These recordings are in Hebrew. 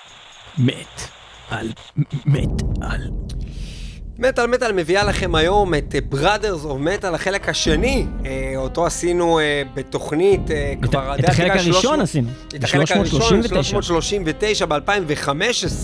מטל מביאה לכם היום את Brothers of Metal, החלק השני, אותו עשינו בתוכנית כבר... את החלק הראשון עשינו. את החלק הראשון, 339 ב-2015,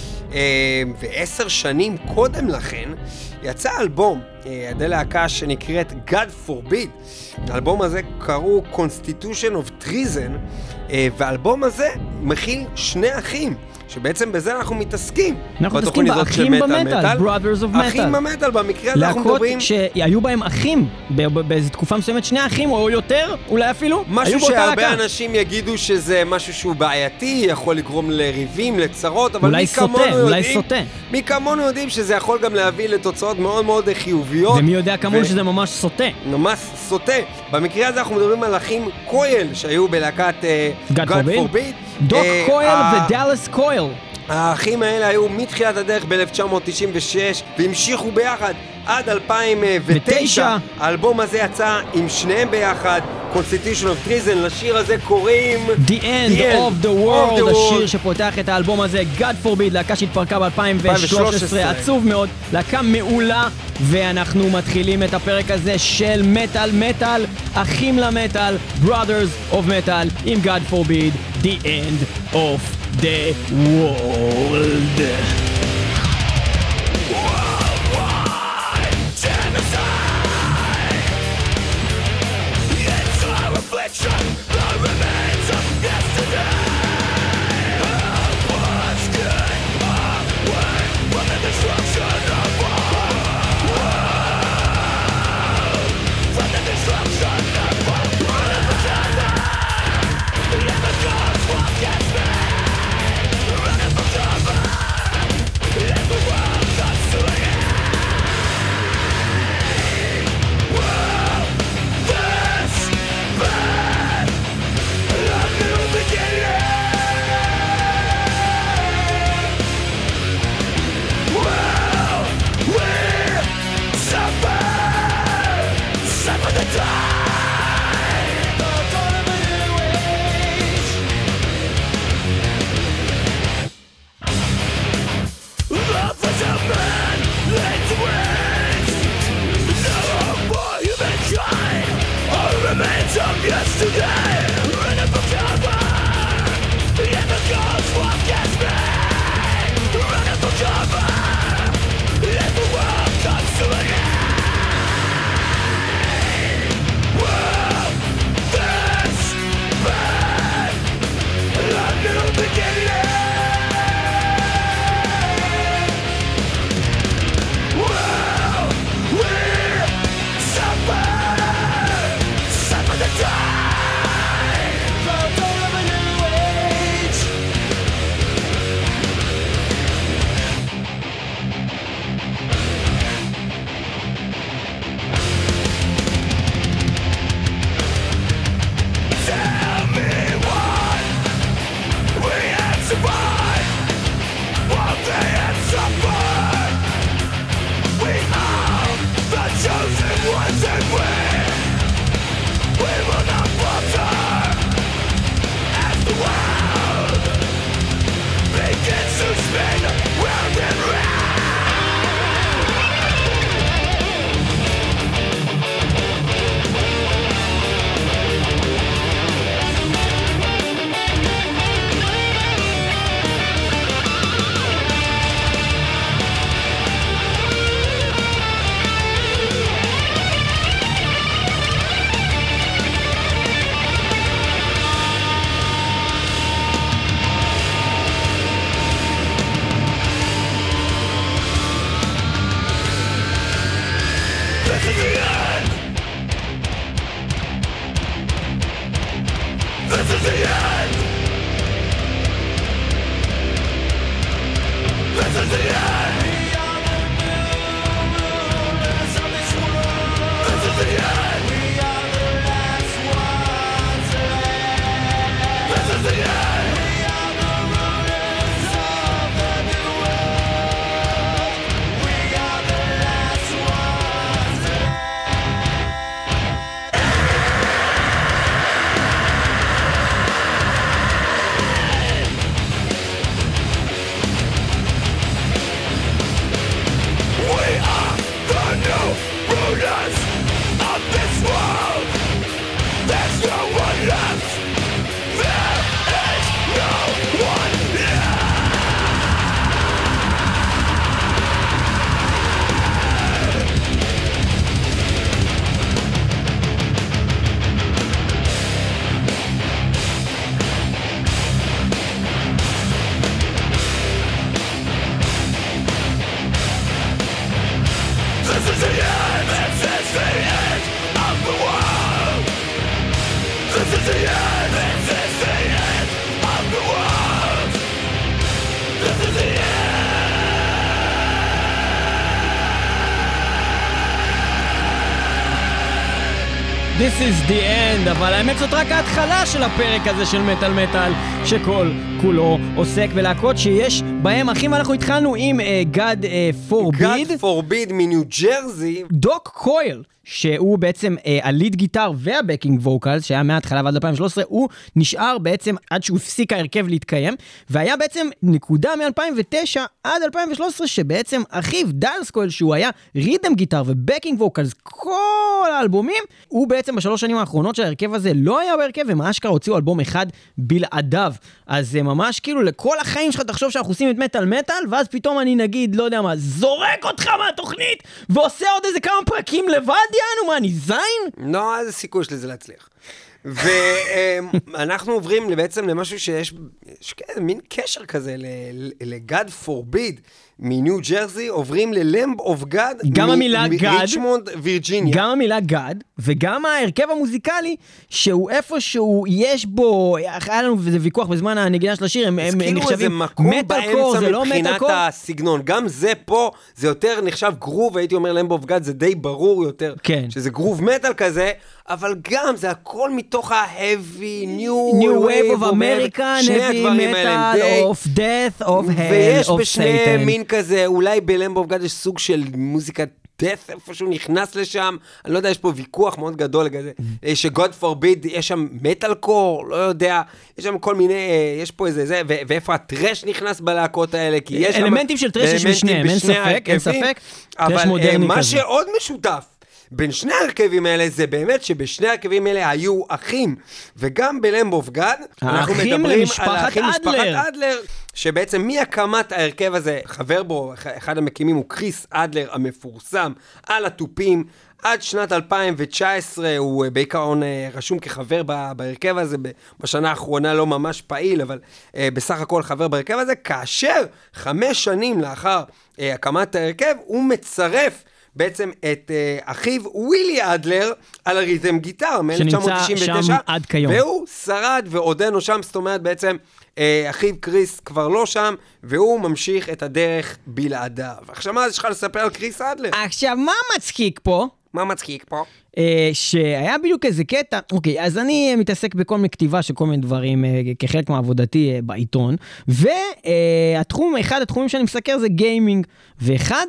ו10 שנים קודם לכן, יצא אלבום, עדי להקה שנקראת God Forbid. האלבום הזה קראו Constitution of Treason, והאלבום הזה מכיל שני אחים. שבעצם בזה אנחנו מתעסקים. אנחנו מתעסקים באחים במטל, Brothers of Metal. אחים במטל, במקרה הזה אנחנו מדברים... להקות שהיו בהם אחים, באיזו תקופה מסוימת שני אחים, או יותר, אולי אפילו, משהו שהרבה אנשים יגידו שזה משהו שהוא בעייתי, יכול לגרום לריבים, לצרות, אבל אולי סוטה. מי כמונו יודעים שזה יכול גם להביא לתוצאות מאוד מאוד חיוביות. ומי יודע כמונו שזה ממש סוטה. ממש סוטה. במקרה הזה אנחנו מדברים על אחים קויל, שהיו בלהקת God Forbid. דוק קויל ודאלס קויל. האחים האלה היו מתחילת הדרך ב-1996 והמשיכו ביחד עד 2009. האלבום הזה יצא עם שניהם ביחד, Constitution of Treason. לשיר הזה קוראים The End of the World, השיר שפותח את האלבום הזה. God Forbid, להקה שהתפרקה ב-2013, עצוב מאוד, להקה מעולה. ואנחנו מתחילים את הפרק הזה של מטל, אחים למטל, Brothers of Metal, עם God Forbid, The End of the World. We have This is the end, אבל האמת זאת רק ההתחלה של הפרק הזה של מטל, שכל כולו עוסק בלהקות שיש בהם אחים. אנחנו התחלנו עם God Forbid מניו ג'רזי, דוק קויל, שהוא בעצם הליד גיטר והבקינג ווקלס, שהיה מההתחלה ועד 2013, הוא נשאר בעצם עד שהוא הפסיק ההרכב להתקיים, והיה בעצם נקודה מ-2009 עד 2013, שבעצם אחיו דאלס קויל, שהוא היה ריתם גיטר ובקינג ווקלס, כל האלבומים, הוא בעצם בשלוש שנים האחרונות של ההרכב הזה לא היה בהרכב, ומאשכרה הוציאו אלבום אחד בלעדיו. אז זה ממש כאילו לכל החיים שלך תחשוב שאנחנו עושים את מטל, ואז פתאום אני נגיד, לא יודע מה, זורק אותך מהתוכנית, ועושה עוד איזה כמה פרקים לבד, יענו, מה, אני זין? לא, איזה סיכוי של זה להצליח. ואנחנו עוברים בעצם למשהו שיש מין קשר כזה לגד פורביד מניו ג'רזי, עוברים ללמב אוף גד מריצ'מונד וירג'יניה. גם המילה גד וגם ההרכב המוזיקלי שהוא איפשהו יש בו, היה לנו איזה ויכוח בזמן הנגינה של השיר, הם נחשבים מטל קור, זה לא מטל קור, הסגנון, גם זה פה זה יותר נחשב גרוב, הייתי אומר למב אוף גד זה די ברור יותר, שזה גרוב מטל כזה, אבל גם זה הכל מתוך ה-heavy, new wave of American, heavy metal, of death, of hell, ויש of בשני Satan. מין כזה, אולי בלמב אוף גד יש סוג של מוזיקת death, איפשהו נכנס לשם, אני לא יודע, יש פה ויכוח מאוד גדול לגבי זה, שגוד פורביד, יש שם מטל קור, לא יודע, יש שם כל מיני, יש פה איזה זה, ואיפה הטרש נכנס בלהקות האלה, כי יש אלמנטים של טרש יש בשניהם, אין ספק, אבל מה שעוד משותף, בין שני הרכבים האלה זה באמת שבשני הרכבים האלה היו אחים, וגם בלמב אוף גד אנחנו מדברים על האחים משפחת אדלר, שבעצם מהקמת ההרכב הזה, חבר בו, אחד המקימים הוא קריס אדלר המפורסם על הטופים, עד שנת 2019 הוא בעיקרון רשום כחבר בהרכב הזה, בשנה האחרונה לא ממש פעיל, אבל בסך הכל חבר בהרכב הזה, כאשר 5 שנים לאחר הקמת ההרכב הוא מצרף בעצם את אחיו ווילי אדלר על הריתם גיטר מ-1999, והוא שרד ועודנו שם, זאת אומרת בעצם אחיו קריס כבר לא שם, והוא ממשיך את הדרך בלעדיו. עכשיו מה יש לך לספר על קריס אדלר? עכשיו מה מצחיק פה? מה מצחיק פה? שהיה בדיוק איזה קטע, אוקיי, אז אני מתעסק בכל מיני כתיבה של כל מיני דברים כחלק מעבודתי בעיתון, אחד התחומים שאני מסקר זה גיימינג, ואחד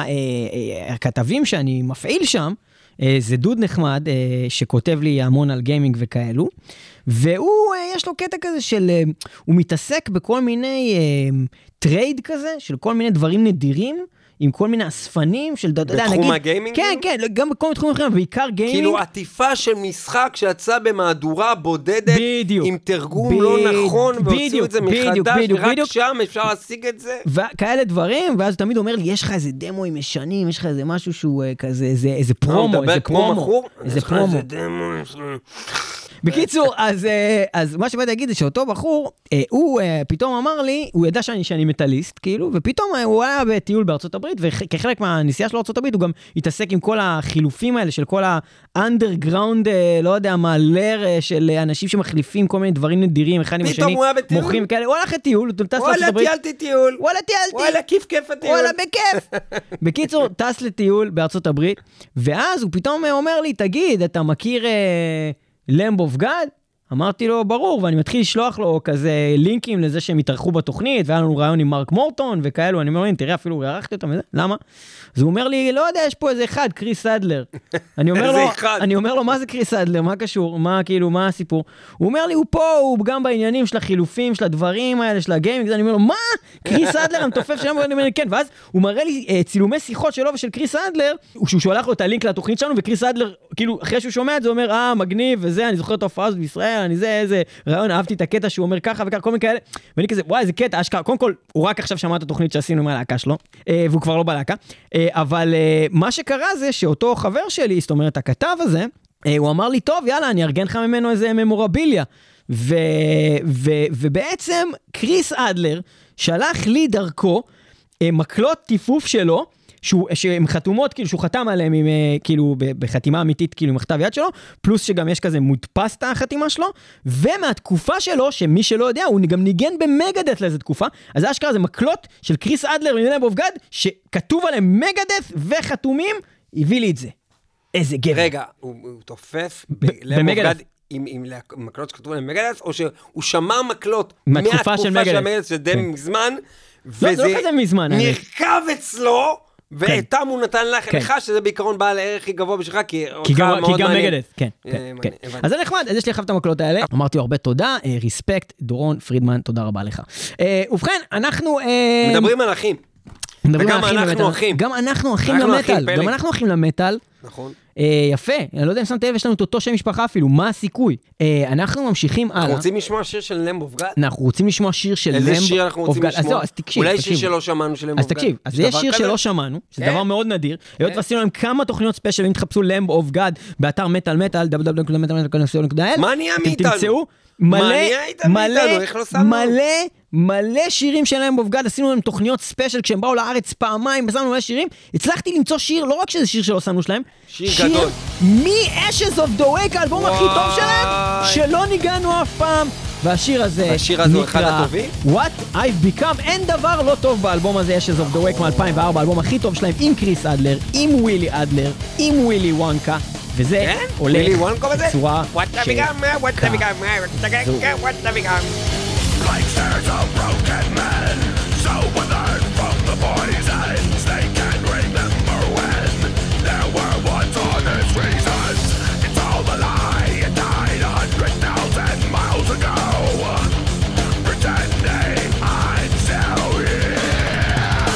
הכתבים שאני מפעיל שם, זה דוד נחמד שכותב לי המון על גיימינג וכאלו, והוא, יש לו קטע כזה של, הוא מתעסק בכל מיני טרייד כזה, של כל מיני דברים נדירים, עם כל מיני אספנים של... בתחום הגיימינג? כן, כן, גם בכל מיני תחומים אחרים, בעיקר גיימינג. כאילו עטיפה של משחק שיצא במהדורה בודדת, עם תרגום לא נכון, והוציאו את זה מחדש, ורק שם אפשר להשיג את זה. וכאלה דברים, ואז הוא תמיד אומר לי, יש לך איזה דמוים ישנים, יש לך איזה משהו שהוא כזה, איזה פרומו, איזה פרומו. איזה פרומו. איזה דמו, בקיצור, אז מה שבאתי להגיד זה שאותו בחור, הוא פתאום אמר לי, הוא ידע שאני מטליסט, כאילו, ופתאום הוא היה בטיול בארצות הברית, וכחלק מהנסיעה של ארצות הברית, הוא גם התעסק עם כל החילופים האלה, של כל האנדרגראונד, לא יודע, מעלר של אנשים שמחליפים כל מיני דברים נדירים, אחד עם השני, פתאום הוא היה בטיול? מוכרים כאלה, הוא הלך לטיול, הוא טס לארצות הברית. טיילתי טיול. וואלה, כיף הטיול. וואלה, בכיף. בקיצור, טס לטיול בארצות הברית, ואז הוא פתאום אומר לי, תגיד, אתה מכיר למב אוף גד? אמרתי לו, ברור, ואני מתחיל לשלוח לו כזה לינקים לזה שהם התארחו בתוכנית, והיה לנו רעיון עם מרק מורטון וכאלו, אני אומר לי, תראה, אפילו ערכתי אותם, למה? אז הוא אומר לי, לא יודע, יש פה איזה אחד, קריס אדלר. אני אומר לו, מה זה קריס אדלר? מה קשור? מה, כאילו, מה הסיפור? הוא אומר לי, הוא פה, הוא גם בעניינים של החילופים, של הדברים האלה, של הגיימינג, אני אומר לו, מה? קריס אדלר, המתופף שלנו, אני אומר לי, כן, ואז הוא מראה לי צילומי שיחות שלו ושל קריס אדלר, שהוא שולח לו את הלינק לתוכנית שלנו, וקריס אדלר, כאילו, אחרי שהוא שומע את זה, הוא אומר, מגניב, וזה, אני זוכר את ההופעה הזאת בישראל, אני זה, איזה רעיון, אהבתי את הקטע שהוא אומר ככה וככה, כל מיני כאלה, ואני כזה, וואי, איזה קטע, אשכרה, קודם כל, הוא רק עכשיו שמע את התוכנית שעשינו מהלהקה שלו, והוא כבר לא בלהקה, אבל מה שקרה זה שאותו חבר שלי, זאת אומרת, הכתב הזה, הוא אמר לי, טוב, יאללה, אני ארגן לך ממנו איזה ממורביליה, ובעצם, קריס אדלר שלח לי דרכו מקלות טיפוף שלו, שהן חתומות, כאילו שהוא חתם עליהן עם, כאילו בחתימה אמיתית, כאילו עם מכתב יד שלו, פלוס שגם יש כזה מודפס את החתימה שלו, ומהתקופה שלו, שמי שלא יודע, הוא גם ניגן במגדת לאיזו תקופה, אז זה אשכרה, זה מקלות של קריס אדלר מלמב אוף גד, שכתוב עליהם מגדת וחתומים, הביא לי את זה. איזה גבר. רגע, הוא תופף במגדס עם מקלות שכתבו להם מגדס, או שהוא שמר מקלות מהתקופה של מגדס, שזה די מזמן, לא, זה לא כזה מזמן. נרכב אצלו, ואיתם הוא נתן לך, שזה בעיקרון בעל הערך הכי גבוה בשבילך, כי גם מגדס, כן. אז זה נחמד, אז יש לי את המקלות האלה. אמרתי הרבה תודה, ריספקט, דורון פרידמן, תודה רבה לך. ובכן, אנחנו... מדברים על אחים. וגם אנחנו אחים. גם אנחנו אחים למטל. גם אנחנו אחים למטל. נכון. יפה, אני לא יודע אם שמת לב, יש לנו את אותו שם משפחה אפילו, מה הסיכוי? אנחנו ממשיכים הלאה. אנחנו רוצים לשמוע שיר של למב אוף גאד? אנחנו רוצים לשמוע שיר של למב אוף גאד. איזה שיר אנחנו רוצים לשמוע? אז תקשיב. אולי שיר שלא שמענו של למב אוף גאד? אז תקשיב, אז יש שיר שלא שמענו, שזה דבר מאוד נדיר, היות ועשינו להם כמה תוכניות ספיישל, אם תחפשו למב אוף גאד, באתר מטל מטל, www.metalmetal.co.il, מה נהיה מאיתנו? תמצאו מלא שירים שלהם בובגד, עשינו להם תוכניות ספיישל כשהם באו לארץ פעמיים, ושמנו מלא שירים, הצלחתי למצוא שיר, לא רק שזה שיר שלא שמנו שלהם, שיר גדול. מ-Ashes of the Wake, האלבום הכי טוב שלהם, שלא ניגענו אף פעם, והשיר הזה נקרא What I've Become. אין דבר לא טוב באלבום הזה, Ashes of the Wake מ-2004, האלבום הכי טוב שלהם, עם קריס אדלר, עם ווילי אדלר, עם ווילי וונקה, וזה הולך בצורה Like stairs of broken men, so withered from the poisons, they can't remember when there were once honest reasons. It's all a lie, it died 100,000 miles ago, pretending I'm still here.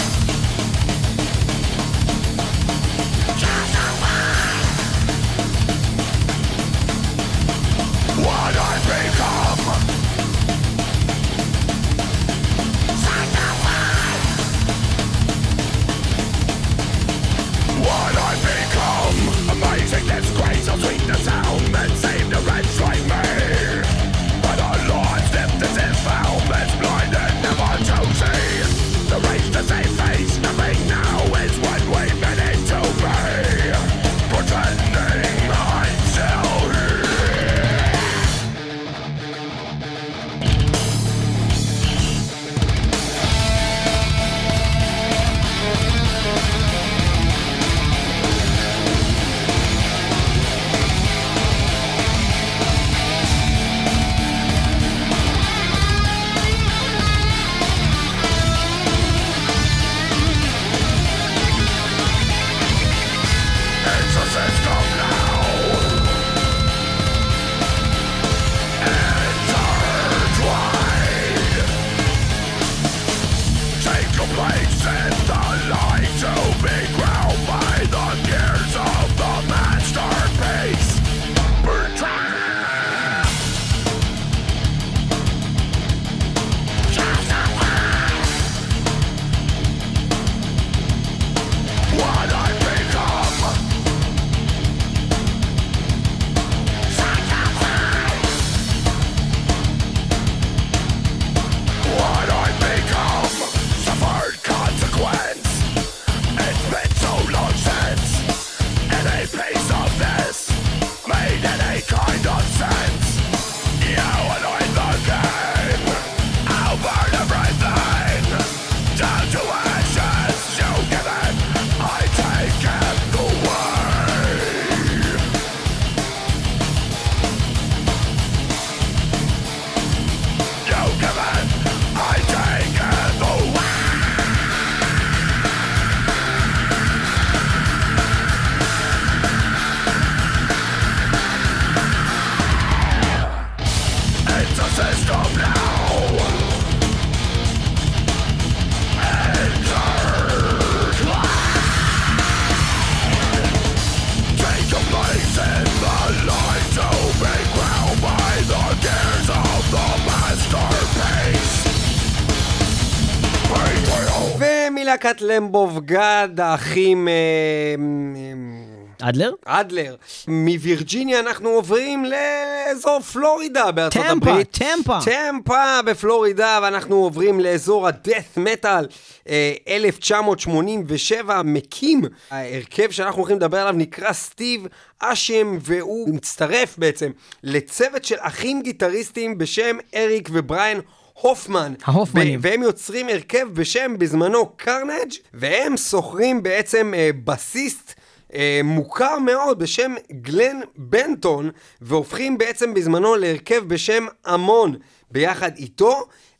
Just a lie. What I've become. What I've become, amazing this grace of sweetness sound that saved a wretch like me. But I lost if found that's blinded never to see. The race to save face, nothing now is what we meant it to be. Pretending I'm still here. It's a system now. Intertwined. Take your place in the light to be ground by the gears of the masterpiece. Betrayed. Just a lie. What I've become. What I've become, suffered consequence. It's been so long since any piece of this made any kind of sense. You annoy the game, I'll burn everything down to ashes. You give it, I take it away. You give it, I take it away. It's a system now. Take a place in the light to be ground by the gears of the masterpiece. ומלהקת למב אוף גאד, האחים אדלר? מווירג'יניה אנחנו עוברים לאזור פלורידה בארצות הברית. טמפה בפלורידה, ואנחנו עוברים לאזור הדאת' מטל. 1987 מקים ההרכב שאנחנו הולכים לדבר עליו נקרא סטיב אשם, והוא מצטרף בעצם לצוות של אחים גיטריסטים בשם אריק ובריין הופמן, והם יוצרים הרכב בשם בזמנו קרנג', והם סוחרים בעצם בסיסט מוכר מאוד בשם גלן בנטון, והופכים בעצם בזמנו להרכב בשם המון, ביחד איתו,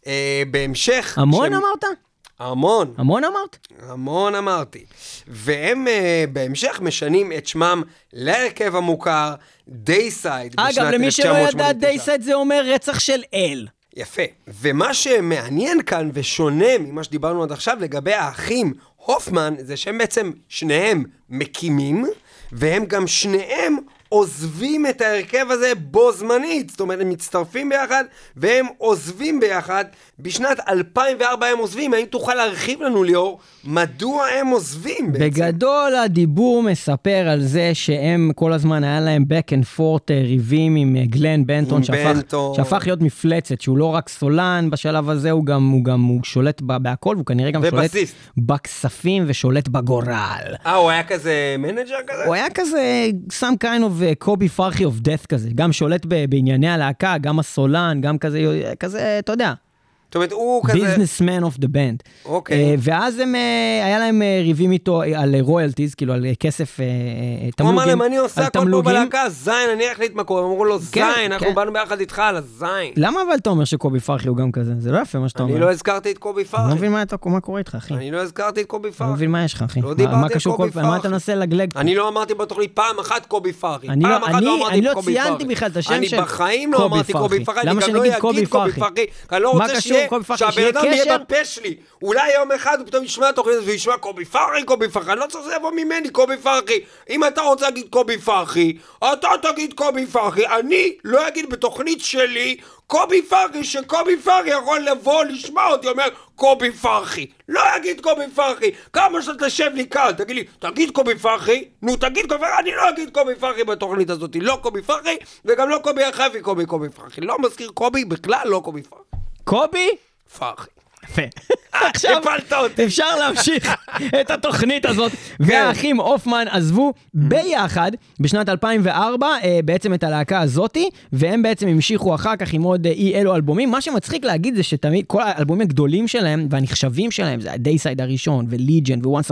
בהמשך... המון אמרת? המון. המון אמרת? המון אמרתי. והם בהמשך משנים את שמם להרכב המוכר, דייסייד. אגב, למי שלא ידע, דייסייד זה אומר רצח של אל. יפה. ומה שמעניין כאן ושונה ממה שדיברנו עד עכשיו לגבי האחים הופמן, זה שהם בעצם שניהם מקימים, והם גם שניהם עוזבים את ההרכב הזה בו זמנית. זאת אומרת, הם מצטרפים ביחד, והם עוזבים ביחד. בשנת 2004 הם עוזבים. האם תוכל להרחיב לנו, ליאור, מדוע הם עוזבים בעצם? בגדול, הדיבור מספר על זה שהם כל הזמן היה להם back and forth ריבים עם גלן בנטון, שהפך להיות מפלצת, שהוא לא רק סולן בשלב הזה, הוא שולט בהכל, והוא כנראה גם שולט בכספים ושולט בגורל. הוא היה כזה מנג'ר כזה? הוא היה כזה, some kind of קובי פרחי of death כזה, גם שולט בענייני הלהקה, גם הסולן, גם כזה, אתה יודע. זאת אומרת, הוא כזה... businessman of the band. אוקיי. ואז היה להם ריבים איתו על רויאלטיז, כאילו על כסף תמלוגים. הוא אמר להם, אני עושה הכל פה בלהקה, זין, אני אחליט מה קורה. אמרו לו, זין, אנחנו באנו ביחד איתך על הזין. למה אבל אתה אומר שקובי פרחי הוא גם כזה? זה לא יפה מה שאתה אומר. אני לא הזכרתי את קובי פרחי. אני לא מבין מה קורה איתך, אחי. אני לא הזכרתי את קובי פרחי. אני לא מבין מה יש לך, אחי. לא דיברתי את קובי פרחי. מה אתה מנסה לגלג? אני לא אמרתי בתוכנית פעם אחת קובי פרחי. אני לא ציינתי בכלל את השם של אני בחיים לא אמרתי קובי פרחי. אני גם לא אגיד קובי פרחי. אני לא רוצה שהבן אדם יהיה בפה שלי. אולי יום אחד הוא פתאום ישמע תוכנית והוא ישמע קובי פרחי. אני לא צריך לבוא ממני קובי פרחי. אם אתה רוצה להגיד קובי פרחי, אתה תגיד קובי פרחי. אני לא אגיד בתוכנית שלי קובי פרחי, שקובי פרחי יכול לבוא לשמוע אותי אומר קובי פרחי. לא אגיד קובי פרחי. כמה שאתה תשב לי קל, תגיד לי, תגיד קובי פרחי, נו תגיד קובי פרחי. אני לא אגיד קובי פרחי בתוכנית הזאת. לא קובי פרחי וגם לא קובי החפי קובי פרחי. לא מזכיר קובי בכלל, לא קובי פרחי. קובי? פרחי. יפה. עכשיו אפשר להמשיך את התוכנית הזאת, והאחים הופמן עזבו ביחד בשנת 2004 בעצם את הלהקה הזאתי, והם בעצם המשיכו אחר כך עם עוד אלו אלבומים. מה שמצחיק להגיד זה שתמיד כל האלבומים הגדולים שלהם והנחשבים שלהם זה הדייסייד הראשון וליג'ן ו-Once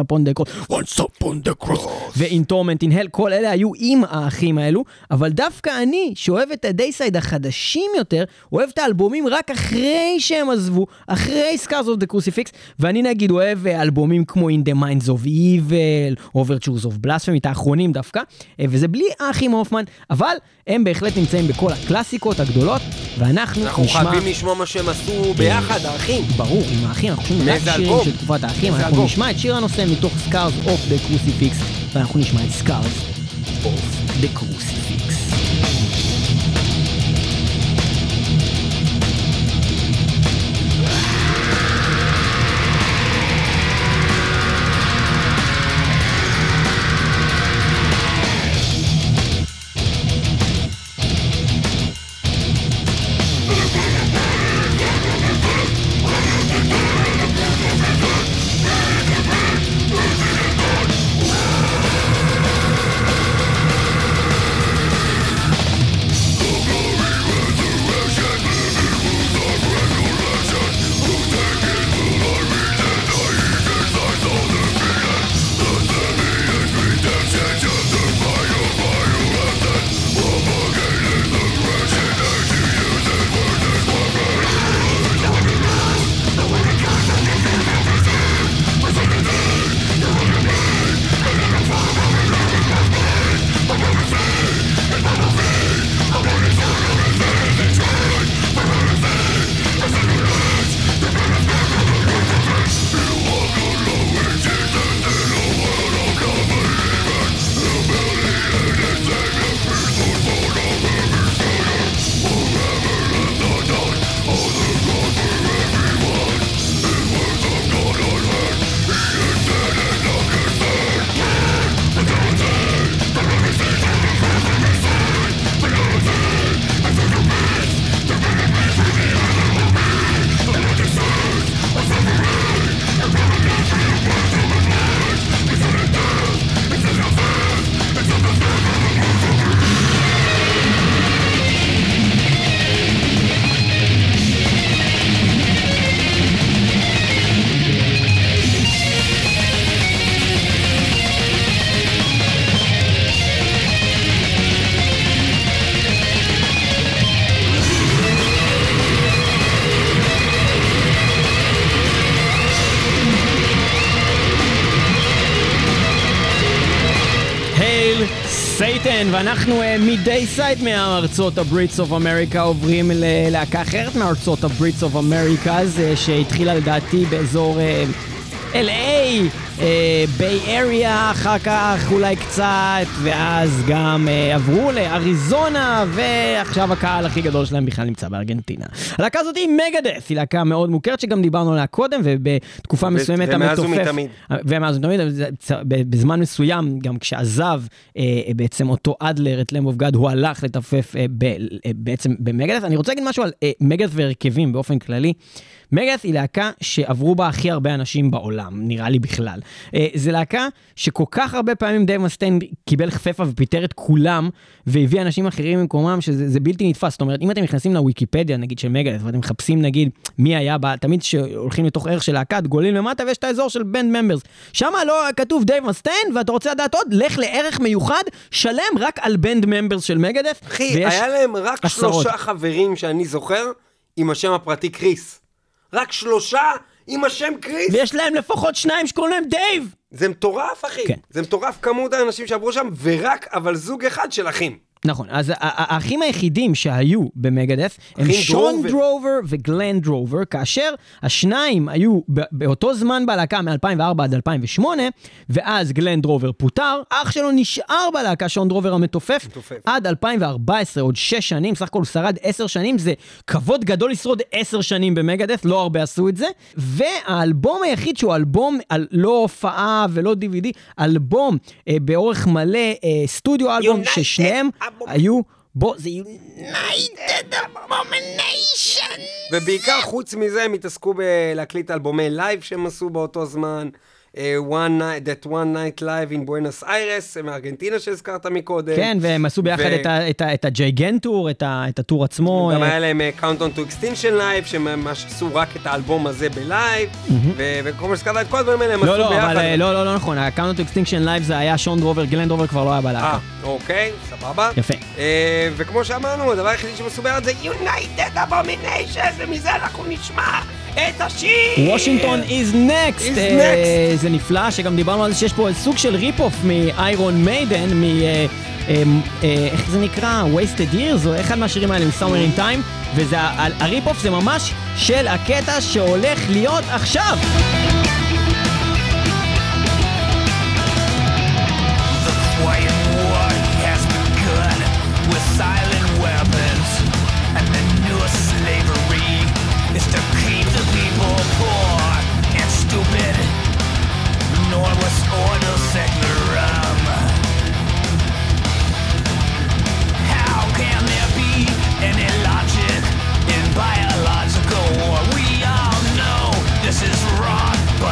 Upon the Cross ו-In Torment in Hell, כל אלה היו עם האחים האלו, אבל דווקא אני שאוהב את הדייסייד החדשים יותר, אוהב את האלבומים רק אחרי שהם עזבו, אחרי Scars of the Crucifix, ואני נגיד אוהב אלבומים כמו In the Minds of Evil, Overtures of Blasphemy, את האחרונים דווקא, וזה בלי האחים הופמן, אבל הם בהחלט נמצאים בכל הקלאסיקות הגדולות, ואנחנו חייבים לשמוע מה שהם עשו ביחד, האחים. ברור, עם האחים, אנחנו שומעים רק שירים של תקופת האחים, אנחנו נשמע את שיר הנושא מתוך Scars of the Crucifix, ואנחנו נשמע את Scars of the Crucifix. סייטן, ואנחנו מדי סייט מארצות הברית of America עוברים ללהקה אחרת מארצות הברית of America, שהתחילה לדעתי באזור LA, ביי אריה, אחר כך אולי קצת, ואז גם עברו לאריזונה, ועכשיו הקהל הכי גדול שלהם בכלל נמצא בארגנטינה. הלהקה הזאת היא מגדף, היא להקה מאוד מוכרת שגם דיברנו עליה קודם, ובתקופה מסוימת המתופף, ומאז ומתמיד, בזמן מסוים, גם כשעזב בעצם אותו אדלר את Lamb of God, הוא הלך לתופף בעצם במגדף. אני רוצה להגיד משהו על מגדף והרכבים באופן כללי. מגדף היא להקה שעברו בה הכי הרבה אנשים בעולם, נראה לי בכלל. זה להקה שכל כך הרבה פעמים דייב מסטיין קיבל חפפה ופיטר את כולם, והביא אנשים אחרים במקומם, שזה בלתי נתפס. זאת אומרת, אם אתם נכנסים לוויקיפדיה, נגיד, של מגדף, ואתם מחפשים, נגיד, מי היה בה, תמיד שהולכים לתוך ערך של להקה, גולים למטה, ויש את האזור של בנד ממברס. שם לא כתוב דייב מסטיין, ואתה רוצה לדעת עוד, לך לערך מיוחד, שלם רק על בנד ממברס של מגדף. אחי, היה להם רק 3 חברים שאני זוכר, עם השם הפרטי קריס. רק 3 עם השם קריס. ויש להם לפחות 2 שקוראים להם דייב. זה מטורף, אחי. כן. זה מטורף כמות האנשים שעברו שם, ורק, אבל זוג אחד של אחים. נכון, אז האחים היחידים שהיו במגדף הם שון דרובר וגלן דרובר, כאשר השניים היו באותו זמן בלהקה מ-2004 עד 2008, ואז גלן דרובר פוטר, אח שלו נשאר בלהקה, שון דרובר המתופף, עד 2014, עוד 6 שנים, סך הכל שרד 10 שנים, זה כבוד גדול לשרוד 10 שנים במגדף, לא הרבה עשו את זה, והאלבום היחיד שהוא אלבום, לא הופעה ולא DVD, אלבום באורך מלא, סטודיו אלבום ששניהם היו בו, זה United Abomination. ובעיקר חוץ מזה הם התעסקו בלהקליט אלבומי לייב שהם עשו באותו זמן, That One Night Live in Buenos Aires, מארגנטינה שהזכרת מקודם. כן, והם עשו ביחד את הג'ייגן טור, את הטור עצמו. גם היה להם Countdown to Extinction Live, שממש עשו רק את האלבום הזה בלייב, וכל מה שזכרת את כל הדברים האלה הם עשו ביחד. לא נכון, ה-Countdown to Extinction Live זה היה שון דרובר, גלן דרובר כבר לא היה בלהקה. אוקיי, סבבה. יפה. וכמו שאמרנו, הדבר היחידי שהם עשו ביחד זה United Abomination, ומזה אנחנו נשמע את השיר. וושינגטון is next. זה נפלא, שגם דיברנו על זה שיש פה סוג של ריפ-אוף מאיירון מיידן, איך זה נקרא? Wasted Years, או אחד מהשירים האלה, Summer in Time, והריפ-אוף זה ממש של הקטע שהולך להיות עכשיו. The quiet war has begun with silent weapons, and the newest slavery is to keep the people poor and stupid, normal order secularum. How can there be any logic in biological war? We all know this is wrong,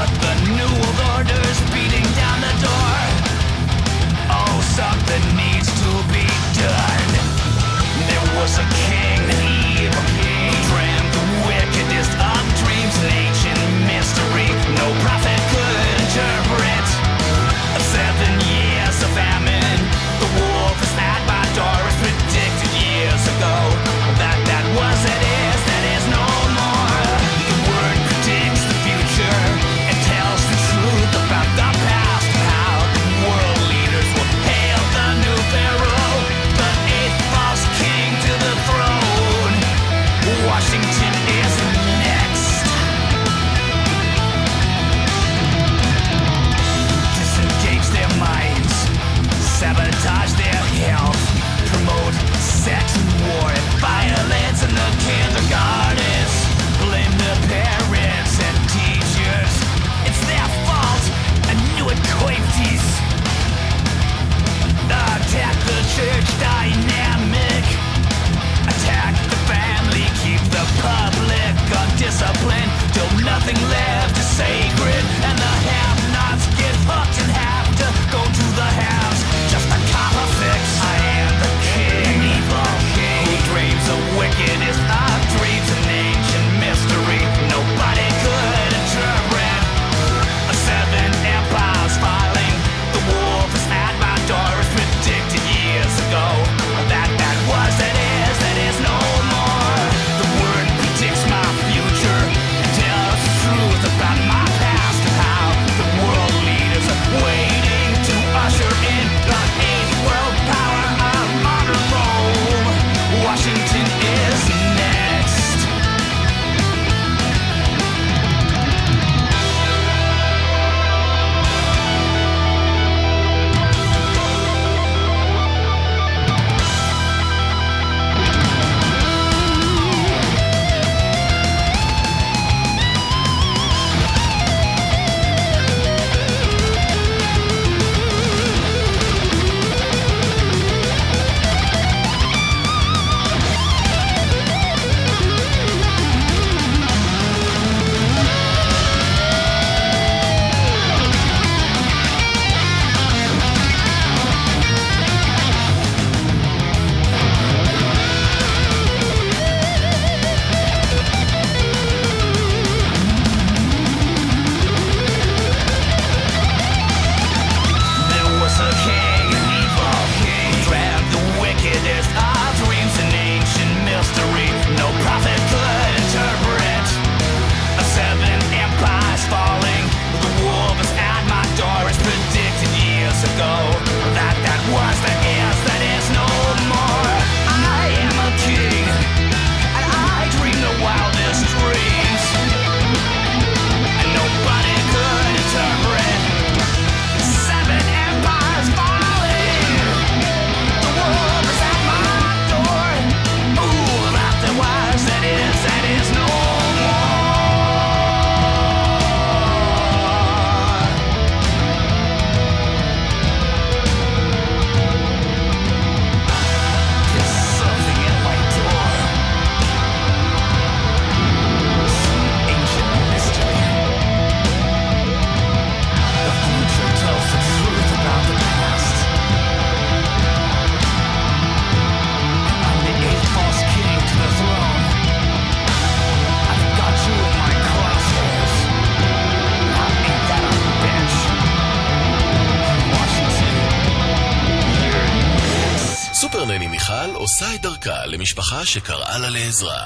צעקה למשפחה שקראה לה לעזרה.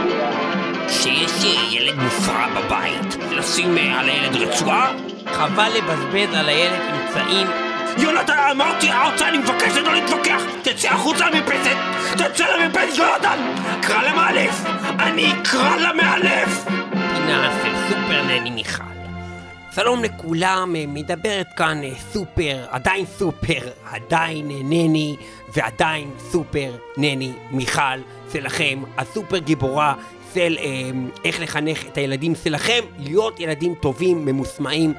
שיש ילד מופרע בבית, לשים על הילד רצועה? חבל לבזבז על הילד אמצעים. יונתן, אמרתי, אני מבקש לא להתווכח. תצא החוצה למרפסת, תצא למרפסת, יונתן. קרא למאלף, אני אקרא למאלף. פינה של סופר נני מיכל. שלום לכולם, מדברת כאן סופר, עדיין סופר, עדיין נני ועדיין סופר נני מיכל שלכם, הסופר גיבורה של איך לחנך את הילדים שלכם להיות ילדים טובים, ממוסמאים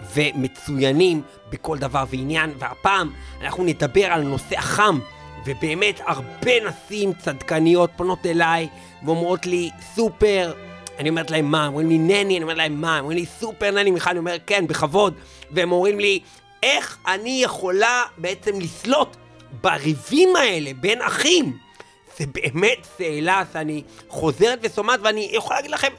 ומצוינים בכל דבר ועניין. והפעם אנחנו נדבר על נושא החם, ובאמת הרבה נשים צדקניות פונות אליי ואומרות לי סופר, אני אומרת להם מה, אומרים לי נני, אני אומרת להם מה, אומרים לי סופר נני מיכל, אני אומר כן, בכבוד, והם אומרים לי איך אני יכולה בעצם לסלוט בריבים האלה בין אחים. זה באמת שאלה שאני חוזרת וסומעת, ואני יכול להגיד לכם,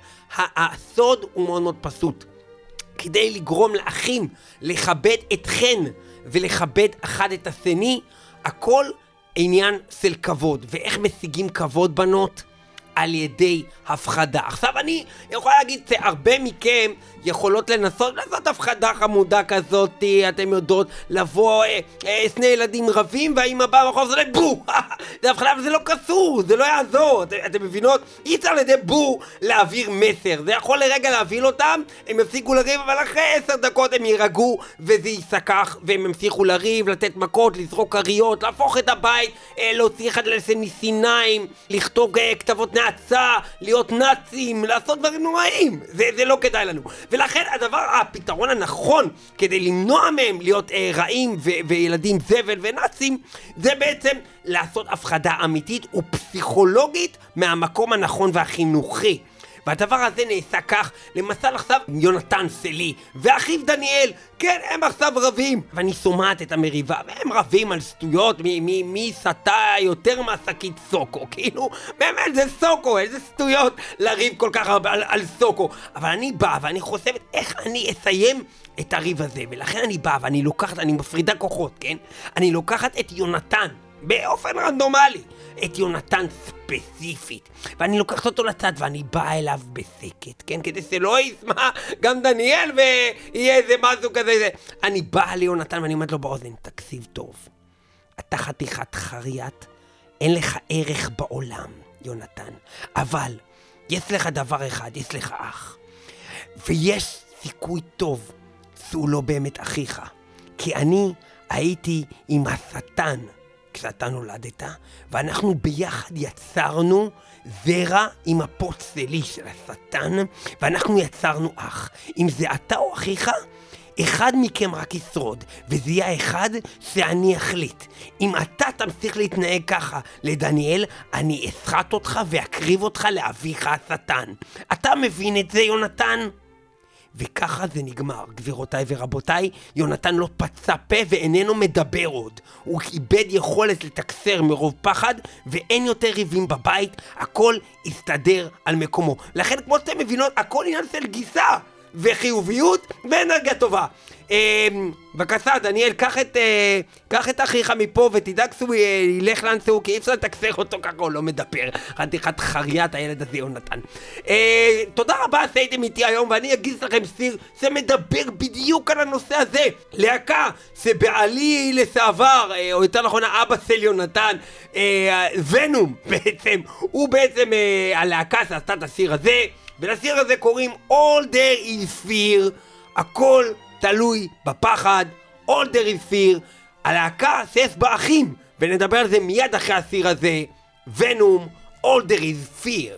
הסוד הוא מאוד מאוד פשוט. כדי לגרום לאחים לכבד אתכן ולכבד אחד את השני, הכל עניין של כבוד. ואיך משיגים כבוד בנות? על ידי הפחדה. עכשיו אני יכול להגיד שהרבה מכם יכולות לנסות לעשות הפחדה חמודה כזאת, אתם יודעות לבוא שני ילדים רבים והאמא באה מחוב זה בו, זה הפחדה וזה לא קשור, זה לא יעזור, אתם מבינות? אי אפשר על ידי בו להעביר מסר, זה יכול לרגע להביל אותם, הם יפסיקו לריב, אבל אחרי 10 דקות הם יירגעו וזה ייסקח והם ימשיכו לריב, לתת מכות, לזרוק קריות, להפוך את הבית, להוציא אחד מסינים, לכתוב כתבות נאצה, להיות נאצים, לעשות דברים נוראים. זה לא כדאי לנו. ולכן הפתרון הנכון כדי למנוע מהם להיות רעים וילדים זבל ונאצים, זה בעצם לעשות הפחדה אמיתית ופסיכולוגית מהמקום הנכון והחינוכי. והדבר הזה נעשה כך, למשל עכשיו יונתן שלי ואחיו דניאל, כן, הם עכשיו רבים, ואני שומעת את המריבה, והם רבים על שטויות, מי סטה יותר מהשקית סוקו, כאילו, באמת זה סוקו, איזה שטויות לריב כל כך הרבה על סוקו, אבל אני בא ואני חושבת איך אני אסיים את הריב הזה, ולכן אני בא ואני לוקחת, אני מפרידה כוחות, כן? אני לוקחת את יונתן, באופן רנדומלי, את יונתן ספציפית, ואני לוקחת אותו לצד ואני באה אליו בסקט, כן? כדי שלא ישמע גם דניאל ויהיה איזה משהו כזה. אני באה ליונתן ואני אומרת לו באוזן, תקשיב טוב, אתה חתיכת חריית, אין לך ערך בעולם, יונתן, אבל יש לך דבר אחד, יש לך אח, ויש סיכוי טוב שהוא לא באמת אחיך, כי אני הייתי עם השטן כשאתה נולדת, ואנחנו ביחד יצרנו זרע עם הפוט שלי של השטן, ואנחנו יצרנו אח. אם זה אתה או אחיך, אחד מכם רק ישרוד, וזה יהיה אחד שאני אחליט. אם אתה תמשיך להתנהג ככה לדניאל, אני אסחט אותך ואקריב אותך לאביך השטן. אתה מבין את זה, יונתן? וככה זה נגמר, גבירותיי ורבותיי. יונתן לא פצע פה ואיננו מדבר עוד. הוא איבד יכולת לתקסר מרוב פחד, ואין יותר ריבים בבית, הכל יסתדר על מקומו. לכן כמו שאתם מבינות, הכל עניין של גיסה וחיוביות ואנרגיה טובה. בבקשה דניאל, קח את אחיך מפה ותדאג שהוא ילך לאנשהו, כי אי אפשר לתקסר אותו ככה, הוא לא מדבר. חתיכת חריית הילד הזה יונתן. תודה רבה שהייתם איתי היום, ואני אגיש לכם סיר שמדבר בדיוק על הנושא הזה. להקה שבעלי לשעבר, או יותר נכון האבא של יונתן, ונום בעצם, הוא בעצם הלהקה שעשתה את הסיר הזה, ולסיר הזה קוראים All There Is Fear. הכל תלוי בפחד, All There Is Fear, הלהקה שיש בה אחים, ונדבר על זה מיד אחרי הסיר הזה. ונום, All There Is Fear.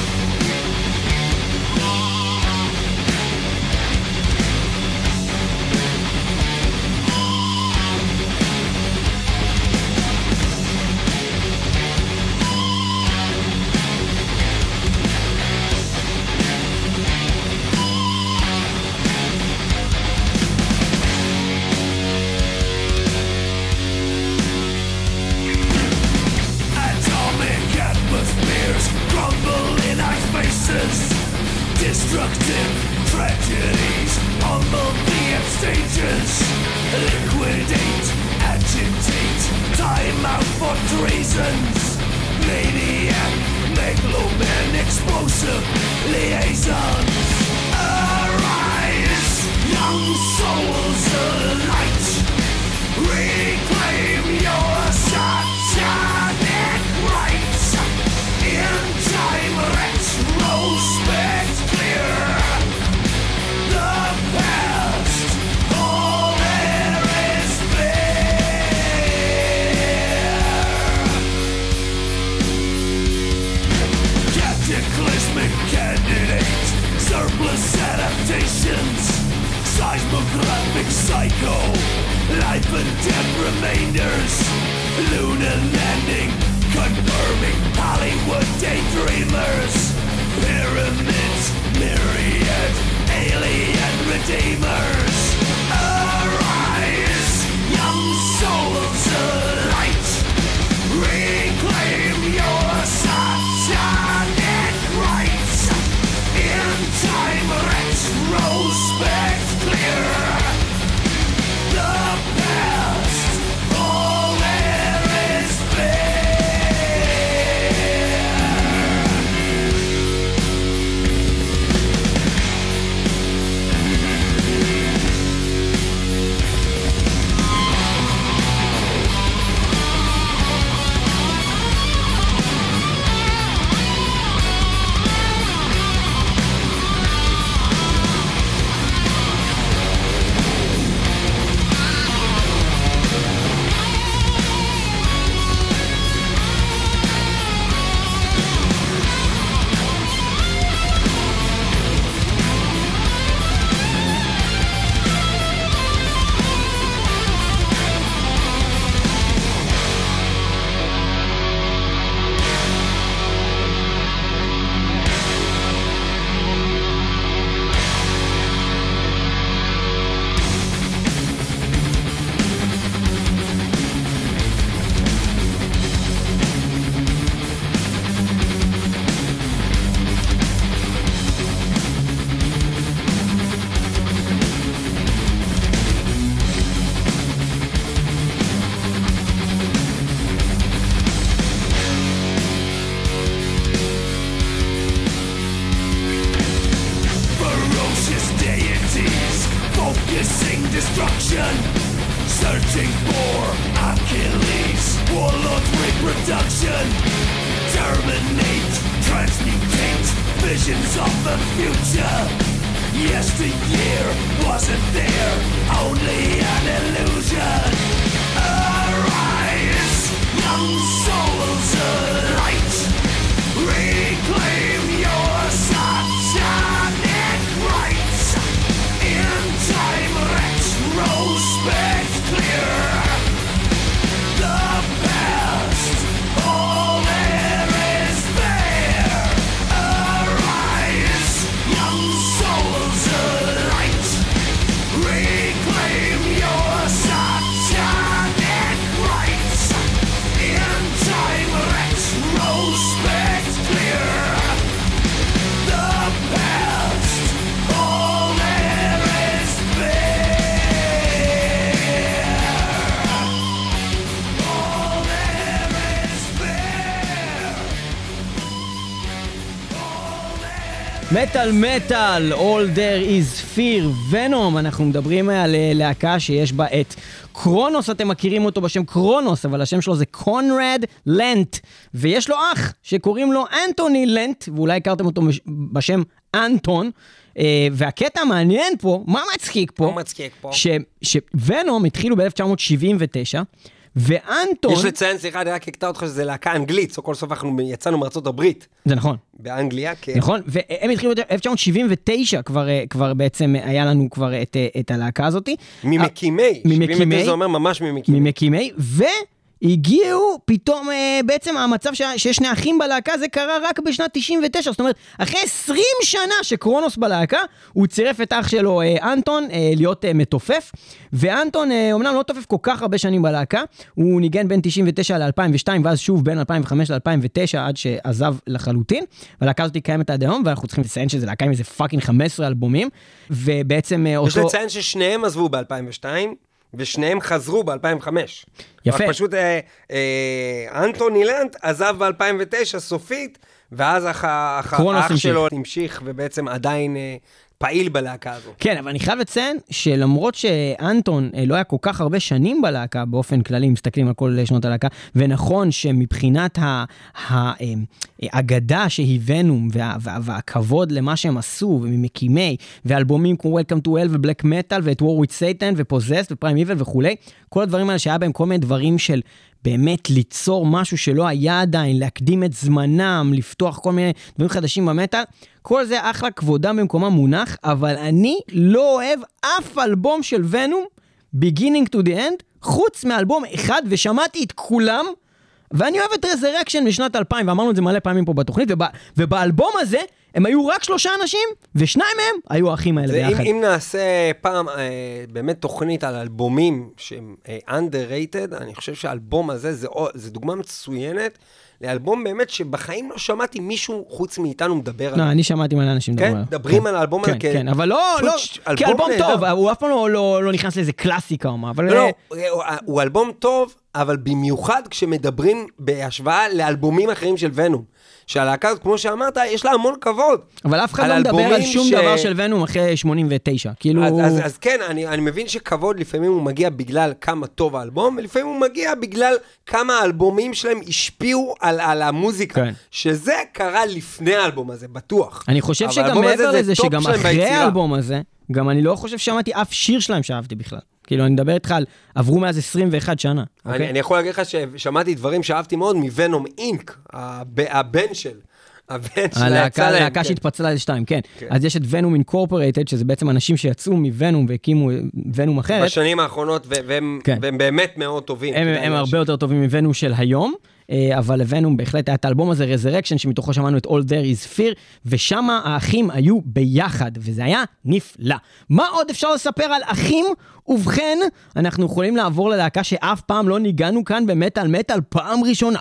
Destructive tragedies on the stages. Liquidate, agitate, time out for treasons. maniac, megaloman, explosive liaison. Arise, young souls of light, reclaim your satanic rights. In time, retrospect clear the past, all there is there. Cataclysmic candidate, surplus adaptations, seismographic psycho, life and death remainders, lunar landing, confirming Hollywood daydreamers, pyramids, myriad, alien redeemers. Arise, young souls of light, reclaim your satanic rights. In time, retrospect clear the past, all there is destruction, searching for Achilles, warlord reproduction, terminate, transmutate, visions of the future. Yesteryear wasn't there, only an illusion. Arise, young souls of light, reclaim your satanic rights. In time, retrospect clear the past, all there is there. Arise, young souls of light, reclaim your satanic rights. In time, retrospect clear the past, all there is there. All there is there. מטל מטל, All There Is Fear, ונום, אנחנו מדברים על להקה שיש בה את קרונוס, אתם מכירים אותו בשם קרונוס, אבל השם שלו זה קונרד לנט, ויש לו אח שקוראים לו אנטוני לנט, ואולי הכרתם אותו בשם אנטון, והקטע המעניין פה, מה מצחיק פה? שוונום התחילו ב-1979, ואנטון... יש לציין, סליחה, אני רק אקטע אותך שזה להקה אנגלית, סוף כל סוף אנחנו יצאנו מארצות הברית. זה נכון. באנגליה, כן. נכון, והם התחילו ב-1979, כבר בעצם היה לנו כבר את הלהקה הזאת. ממקימי. 79 זה אומר ממש ממקימי. ממקימי, הגיעו פתאום, בעצם המצב שיש שני אחים בלהקה, זה קרה רק בשנת 99, זאת אומרת, אחרי 20 שנה שקרונוס בלהקה, הוא צירף את אח שלו, אנטון, להיות מתופף, ואנטון, אמנם לא תופף כל כך הרבה שנים בלהקה, הוא ניגן בין 99 ל-2002, ואז שוב בין 2005 ל-2009, עד שעזב לחלוטין, והלהקה הזאת קיימת עד היום, ואנחנו צריכים לציין שזה להקה עם איזה פאקינג 15 אלבומים, ובעצם יש לציין ששניהם עזבו ב-2002, ושניהם חזרו ב-2005. יפה. רק פשוט אנטוני לנט עזב ב-2009 סופית, ואז האח שלו המשיך, ובעצם עדיין פעיל בלהקה הזו. כן, אבל אני חייב לציין שלמרות שאנטון לא היה כל כך הרבה שנים בלהקה, באופן כללי, מסתכלים על כל שנות הלהקה, ונכון שמבחינת האגדה שהיא ונום, והכבוד למה שהם עשו, וממקימי, ואלבומים כמו Welcome to Hell ובלק מטל, ואת War with Satan, ופוזסט, ופריים איבל וכולי, כל הדברים האלה שהיה בהם כל מיני דברים של באמת ליצור משהו שלא היה עדיין, להקדים את זמנם, לפתוח כל מיני דברים חדשים במטל, כל זה אחלה כבודם במקומם מונח, אבל אני לא אוהב אף אלבום של ונום, Beginning to the End, חוץ מאלבום אחד, ושמעתי את כולם, ואני אוהב את Resurrection משנת 2000, ואמרנו את זה מלא פעמים פה בתוכנית, ובאלבום הזה הם היו רק 3 אנשים, ושניים מהם היו האחים האלה ביחד. אם נעשה פעם באמת תוכנית על אלבומים שהם underrated, אני חושב שהאלבום הזה זה דוגמה מצוינת, לאלבום באמת שבחיים לא שמעתי מישהו חוץ מאיתנו מדבר עליו. לא, אני שמעתי מלא אנשים מדבר עליו. כן, מדברים על האלבום הזה. כן, אבל לא, כאלבום טוב, הוא אף פעם לא נכנס לאיזה קלאסיקה או מה, אבל... לא, הוא אלבום טוב, אבל במיוחד כשמדברים בהשוואה לאלבומים אחרים של ונום. שהלהקה הזאת, כמו שאמרת, יש לה המון כבוד. אבל אף אחד לא מדבר על שום דבר של ונום אחרי 89, כאילו... אז כן, אני מבין שכבוד לפעמים הוא מגיע בגלל כמה טוב האלבום, ולפעמים הוא מגיע בגלל כמה האלבומים שלהם השפיעו על המוזיקה. שזה קרה לפני האלבום הזה, בטוח. אני חושב שגם מעבר לזה, שגם אחרי האלבום הזה, גם אני לא חושב ששמעתי אף שיר שלהם שאהבתי בכלל. כאילו, אני מדבר איתך על, עברו מאז 21 שנה. אני יכול להגיד לך ששמעתי דברים שאהבתי מאוד מוונום אינק, הבן של הלהקה שהתפצלה לשתיים, כן. אז יש את ונום אינקורפורייטד, שזה בעצם אנשים שיצאו מוונום והקימו ונום אחרת. בשנים האחרונות, והם באמת מאוד טובים. הם הרבה יותר טובים מוונום של היום. אבל הבאנו בהחלט את האלבום הזה, Resurrection, שמתוכו שמענו את All There Is Fear, ושם האחים היו ביחד, וזה היה נפלא. מה עוד אפשר לספר על אחים? ובכן, אנחנו יכולים לעבור ללהקה שאף פעם לא ניגענו כאן במטל מטל, פעם ראשונה.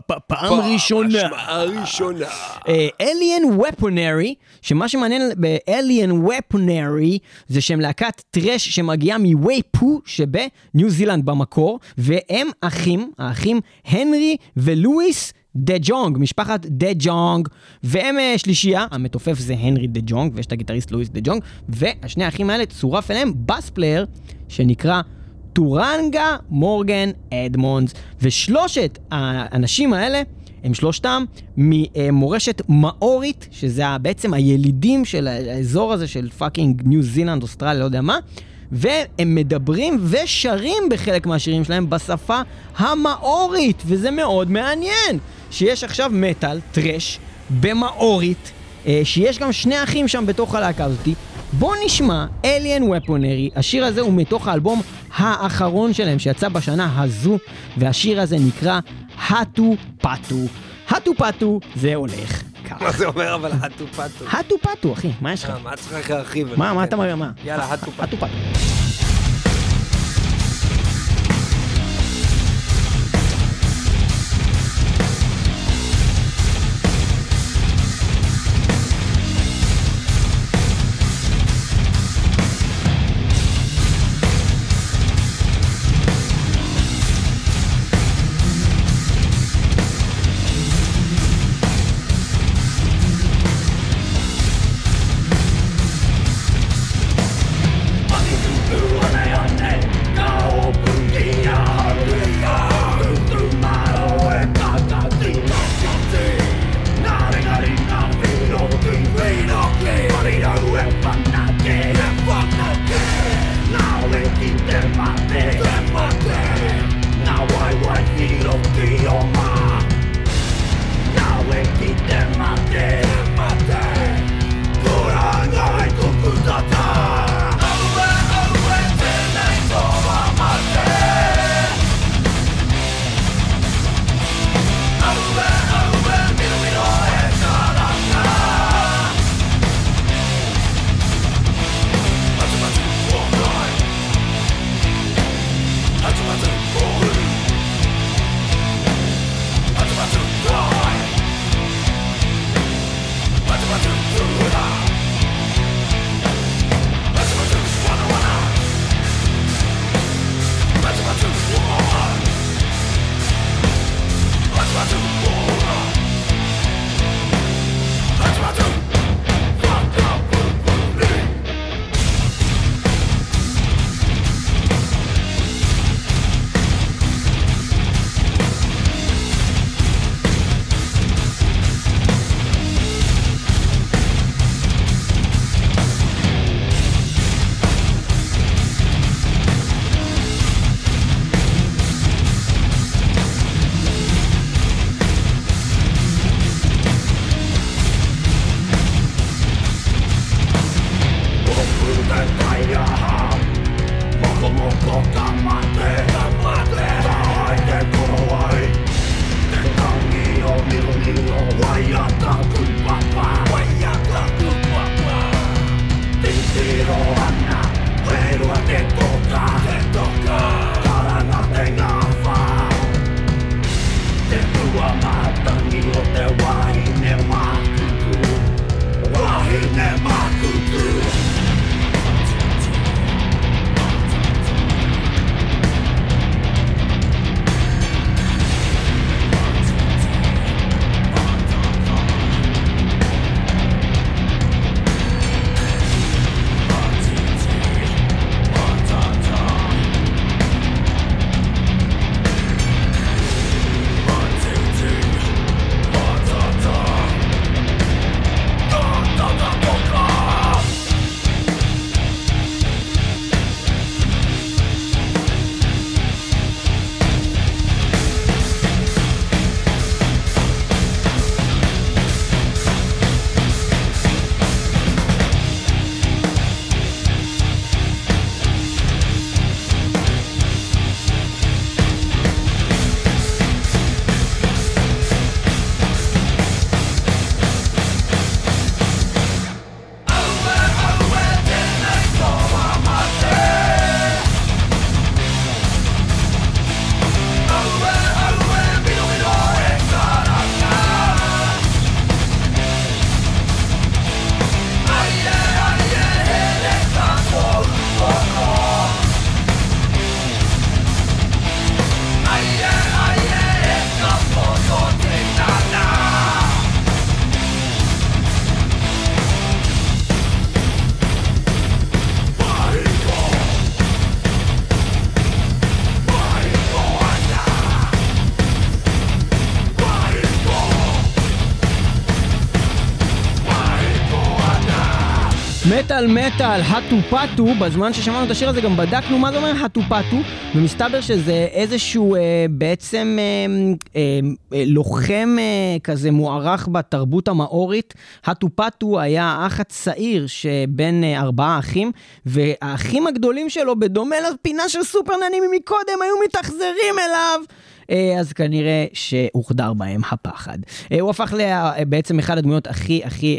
Alien Weaponry, שמה שמעניין ב-Alien Weaponry, זה שהם להקת טרש שמגיעה מווייפו שבניו זילנד במקור, והם האחים הנרי ולואיס דה ג'ונג, משפחת דה ג'ונג, והם שלישייה, המתופף זה הנרי דה ג'ונג, ויש את הגיטריסט לואיס דה ג'ונג, והשני האחים האלה צורף אליהם בס פלייר, שנקרא טורנגה מורגן אדמונדס, ושלושת האנשים האלה, הם שלושתם ממורשת מאורית, שזה בעצם הילידים של האזור הזה של פאקינג ניו זילנד, אוסטרליה, לא יודע מה, והם מדברים ושרים בחלק מהשירים שלהם בשפה המאורית, וזה מאוד מעניין, שיש עכשיו מטל, טרש, במאורית, שיש גם שני אחים שם בתוך הלהקה הזאת. בוא נשמע Alien Weaponry, השיר הזה הוא מתוך האלבום האחרון שלהם שיצא בשנה הזו, והשיר הזה נקרא הטו פטו. הטו פטו זה הולך ככה. מה זה אומר אבל הטו פטו? הטו פטו אחי, מה יש לך? מה צריך להרחיב? מה אתה מראה? יאללה, הטו פטו. הטו פטו. Boo! מטל מטל, הטו פטו, בזמן ששמענו את השיר הזה גם בדקנו מה זה אומר הטו פטו, ומסתבר שזה איזשהו בעצם לוחם כזה מוערך בתרבות המאורית. הטו פטו היה האח הצעיר שבין 4 אחים, והאחים הגדולים שלו בדומה לפינה של סופר ננים מקודם היו מתאכזרים אליו, אז כנראה שהוחדר בהם הפחד. הוא הפך בעצם אחד הדמויות הכי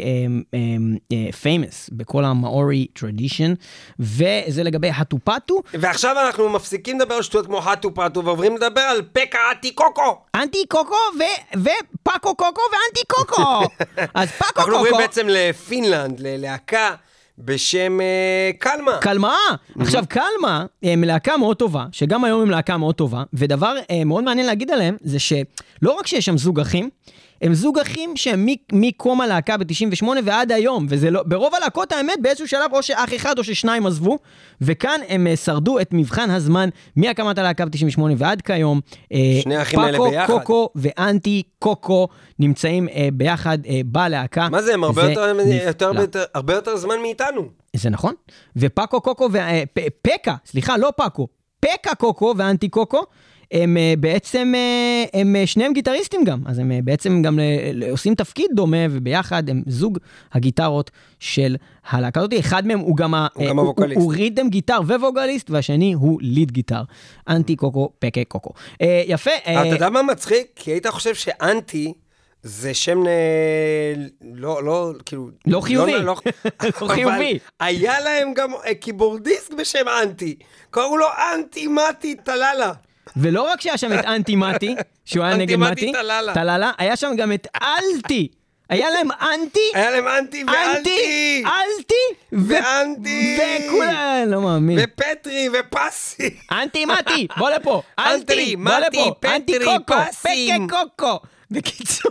famous בכל המאורי טרדישן, וזה לגבי הטו פטו. ועכשיו אנחנו מפסיקים לדבר על שטויות כמו הטו פטו ועוברים לדבר על פקה אנטי קוקו. אנטי קוקו ופקו קוקו ואנטי קוקו. אז פקו קוקו. אנחנו עוברים בעצם לפינלנד, ללהקה בשם קלמה. קלמה. עכשיו קלמה הם להקה מאוד טובה, שגם היום הם להקה מאוד טובה, ודבר מאוד מעניין להגיד עליהם, זה שלא רק שיש שם זוג אחים, הם זוג אחים שהם מקום הלהקה ב-98 ועד היום, וזה לא, ברוב הלהקות האמת באיזשהו שלב או שאח אחד או ששניים עזבו, וכאן הם שרדו את מבחן הזמן מהקמת הלהקה ב-98 ועד כיום. שני האחים האלה ביחד. פקו קוקו ואנטי קוקו נמצאים ביחד בלהקה. מה זה, הם הרבה יותר זמן מאיתנו. זה נכון. ופקו קוקו פקה, סליחה, לא פקו, פקה קוקו ואנטי קוקו, הם בעצם, הם שניהם גיטריסטים גם, אז הם בעצם גם עושים תפקיד דומה, וביחד הם זוג הגיטרות של הלהקה הזאת. אחד מהם הוא גם הווקליסט. הוא ריתם גיטר וווגליסט, והשני הוא ליד גיטר. אנטי קוקו, פקה קוקו. יפה. אתה יודע מה מצחיק? כי היית חושב שאנטי זה שם לא חיובי. לא חיובי. היה להם גם קיבורדיסט בשם אנטי. קראו לו אנטי מתי טללה. ולא רק שהיה שם את אנטי מתי, שהוא היה נגד מתי, טללה, היה שם גם את אלטי. היה להם אנטי, ואנטי, וכולם, לא מאמין. ופטרי ופסי. אנטי מתי, בוא לפה. אלטרי, מתי, פטרי, פסי. פקה קוקו. בקיצור.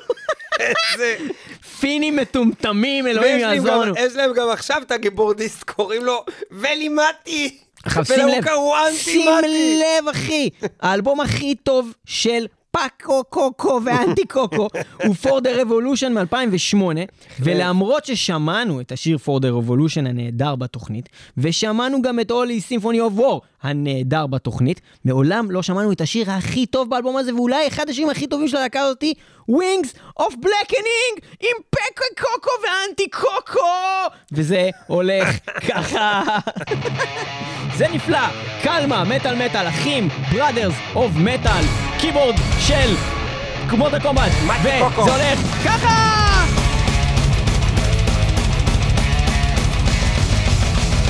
פינים מטומטמים, אלוהים יעזור לנו. יש להם גם עכשיו את הגיבורדיסט, קוראים לו ולי מתי. שים לב אחי, האלבום הכי טוב של פקו קוקו ואנטי קוקו הוא For the Revolution מ-2008, ולמרות ששמענו את השיר For the Revolution הנהדר בתוכנית, ושמענו גם את Holy Symphony of War הנהדר בתוכנית, מעולם לא שמענו את השיר הכי טוב באלבום הזה, ואולי אחד השירים הכי טובים של הלהקה הזאת, Wings of Blackening עם פקו קוקו ואנטי קוקו, וזה הולך ככה. זה נפלא, קלמה, מטל מטל, אחים, Brothers of Metal, קיבורד של מורטל קומבט, וזה הולך ככה!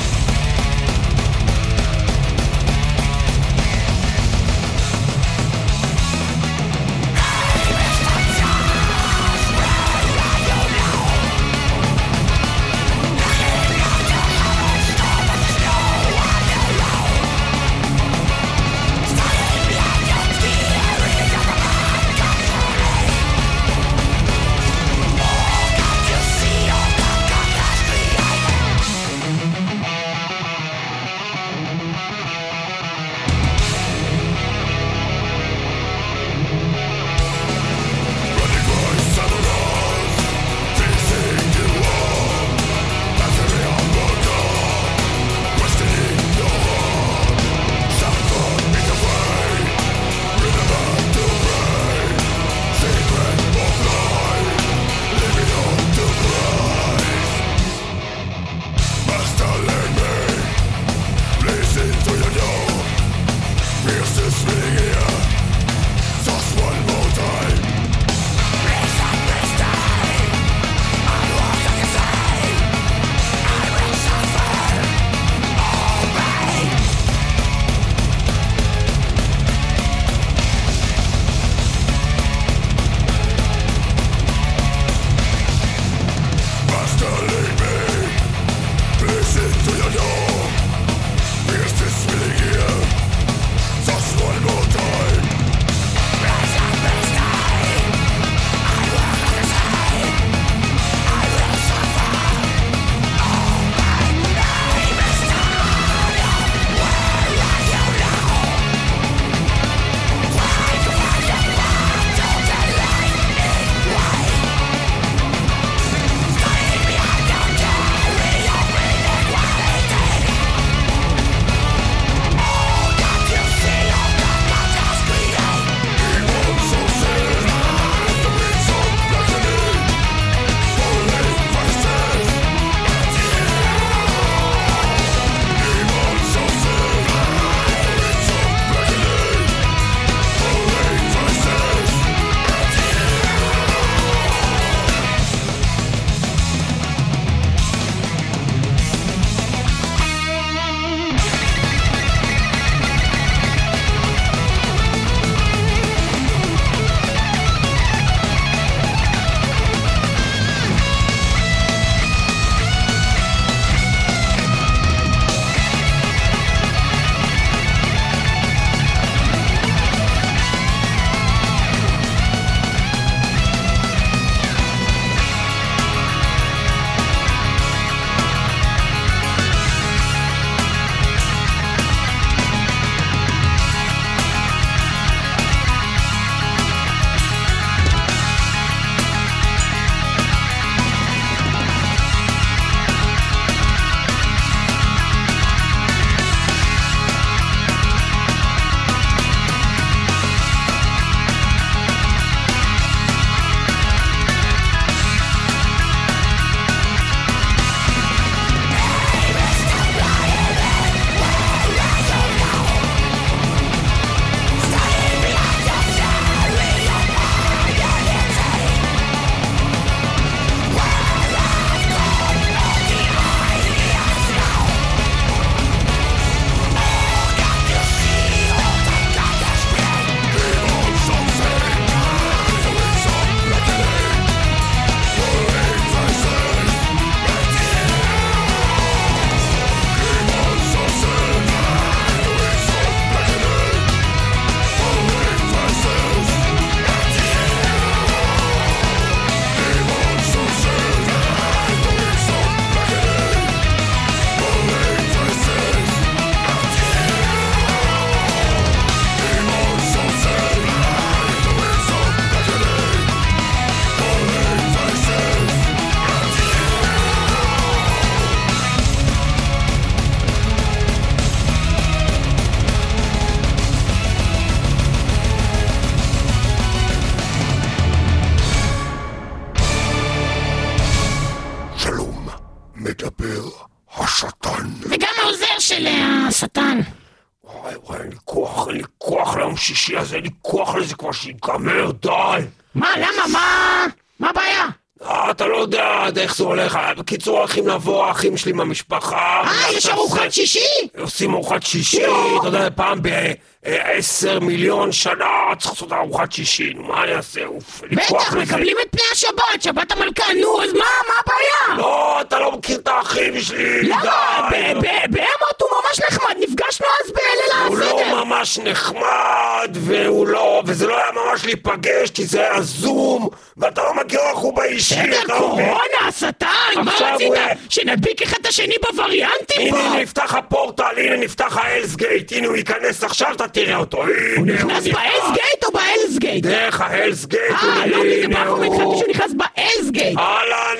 העוזר של השטן. וואי, אין לי כוח ליום שישי הזה, אין לי כוח לזה כבר שיגמר, די. מה, למה? מה הבעיה? אתה לא יודע איך זה הולך. בקיצור, הולכים לבוא האחים שלי מהמשפחה. יש ארוחת שישי? עושים ארוחת שישי, אתה יודע, פעם ב10 מיליון שנה צריך לעשות ארוחת שישי. מה אני אעשה? בטח, מקבלים את פני השבת, שבת המלכה, נו, אז מה הבעיה? לא, אתה לא מכיר את האחים שלי. למה? בהמות הוא ממש נחמד, נפגשנו אז בליל הסדר. הוא לא ממש נחמד, וזה לא היה ממש להיפגש, כי זה היה זום, ואתה לא מכיר איך הוא באישי. בסדר, קורונה, שטן, מה רצית? שנדביק אחד את השני בווריאנטים פה? הנה נפתח הפורטל, הנה נפתח האלסגייט, הנה הוא ייכנס עכשיו, אתה תראה אותו. הוא נכנס באלסגייט או באלסגייט? דרך האלסגייט. לא, זה פעם התחלתי שהוא נכנס באלסגייט. אהלן,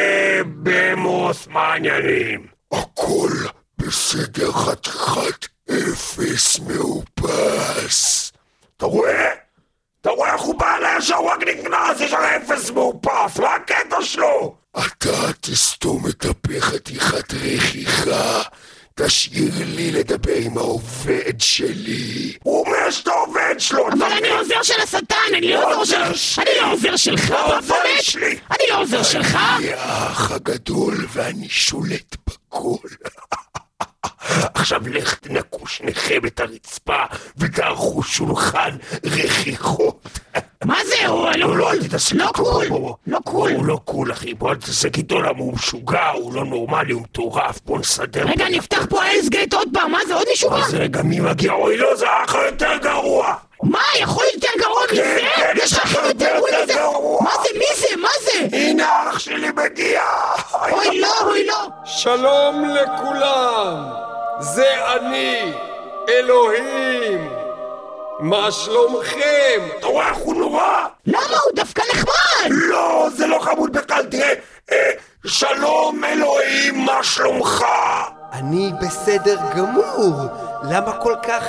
במוס, מה העניינים? הכל בסדר, חתיכת אפס מאופס. אתה רואה איך הוא בא אליי ישר רק נגנז, יש הרי אפס מאופס, מה הקטע שלו? אתה תסתום את הפה חתיכת רכיכה, תשאיר לי לדבר עם העובד שלי. הוא אומר שאתה עובד שלו. אבל אני עוזר של השטן, אני לא עוזר שלך, בפונט. אני לא עוזר שלך. אני האח הגדול ואני שולט בכל. עכשיו לך תנקו שניכם את הרצפה ותערכו שולחן רכיכות. מה זה? הוא לא קול. הוא לא קול, אחי. בוא תתעסק איתו למה הוא משוגע, הוא לא נורמלי, הוא מטורף. בוא נסדר. רגע, נפתח פה האלסגייט עוד פעם. מה זה? עוד מישהו? אז רגע, מי מגיע? אוי לא, זה האח יותר גרוע. מה? יכול יותר גרוע מזה? יש לך יותר גרוע. מה זה? הנה האח שלי מגיע. אוי לא. שלום לכולם, זה אני, אלוהים. מה שלומכם? אתה רואה איך הוא נורא? למה? הוא דווקא נחמד. לא, זה לא חמוד בכלל, תראה. שלום אלוהים, מה שלומך? אני בסדר גמור. למה כל כך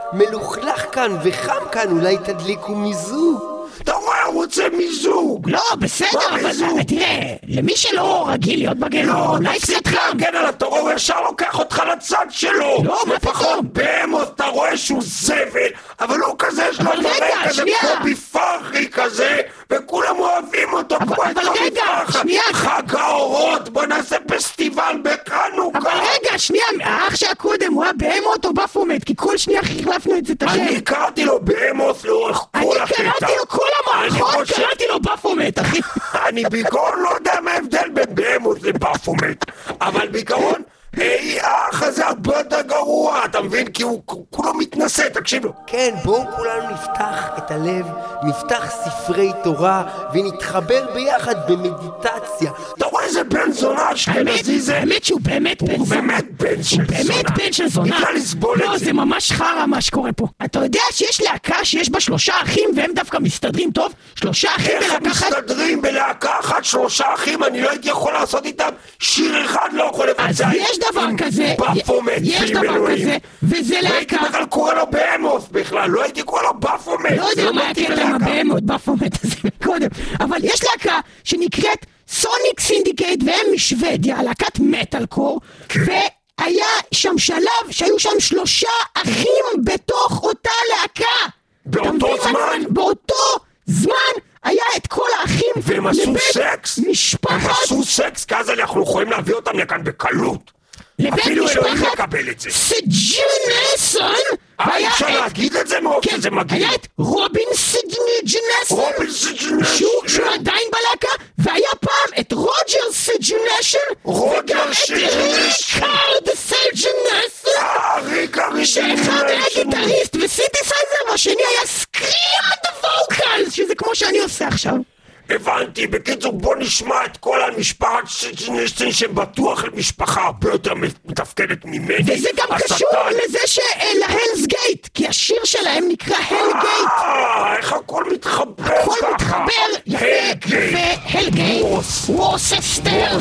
מלוכלך כאן וחם כאן? אולי תדליקו מיזוג? אתה רואה, הוא רוצה מיזוג. לא, בסדר, אבל תראה, למי שלא רגיל להיות בגלון, אולי קצת חם. להגן עליו, אתה רואה, הוא ישר לוקח אותך לצד שלו. לא, מה פתאום? בהמות, אתה רואה שהוא זבל, אבל הוא כזה, יש לו דברים כזה, קובי פרחי כזה, וכולם אוהבים אותו, כמו את קובי פרחי. חג האורות, בוא נעשה פסטיבל בחנוכה. אבל רגע, שנייה, האח שהקודם, הוא היה בהמות או בפומט, כי כל שנייה החלפנו את זה את השם. אני קראתי לו בהמות לאורך כל הקטע. אני קראתי לו כל המערכות, קראתי לו בפומט, אחי. אני בעיקרון לא יודע מה ההבדל בין בהמות לבפומט, אבל בעיקרון, האח הזה הרבה יותר גרוע, אתה מבין? כי הוא כולו מתנשא, תקשיב לו. כן, בואו כולנו נפתח את הלב, נפתח ספרי תורה ונתחבר ביחד במדיטציה. אתה רואה איזה בן זונה אשכנזי זה? האמת שהוא באמת בן זונה. הוא באמת בן של זונה. באמת בן של זונה. נקרא לסבול את זה. לא, זה ממש חרא מה שקורה פה. אתה יודע שיש להקה שיש בה 3 אחים והם דווקא מסתדרים טוב? 3 אחים בלהקה אחת? איך הם מסתדרים בלהקה אחת 3 אחים? אני לא הייתי יכול לעשות איתם שיר אחד, לא יכול לבצע. אז יש דבר כזה, יש דבר כזה, וזה להקה. הייתי בכלל קורא לו בהמות בכלל, לא הייתי קורא לו בפומט. לא יודע מה הקטע עם הבהמות, בפומט הזה קודם, אבל יש להקה שנקראת סוניק סינדיקייט, והם משוודיה, להקת מטלקור, והיה שם שלב שהיו שם 3 אחים בתוך אותה להקה. באותו זמן? באותו זמן היה את כל האחים והם עשו סקס? משפחת... הם עשו סקס, כי אז אנחנו יכולים להביא אותם לכאן בקלות. אפילו אלוהים לקבל את זה. סג'נסון, אפשר להגיד את זה מאוד שזה מגיע. היה את רובין סג'נסון, שהוא עדיין בלהקה, והיה פעם את רוג'ר סג'נסון, וגם את ריקארד סג'נסון, שאחד היה גיטריסט וסיטיסייזר, והשני היה סקרימד ווקלס, שזה כמו שאני עושה עכשיו. הבנתי, בקיצור בוא נשמע את כל המשפחת סג'נסון שבטוח למשפחה הרבה יותר מתפקדת ממני. וזה גם קשור לזה להלס גייט, כי השיר שלהם נקרא הל גייט. איך הכל מתחבר ככה? הכל מתחבר, יפה, הל גייט, וורססטר,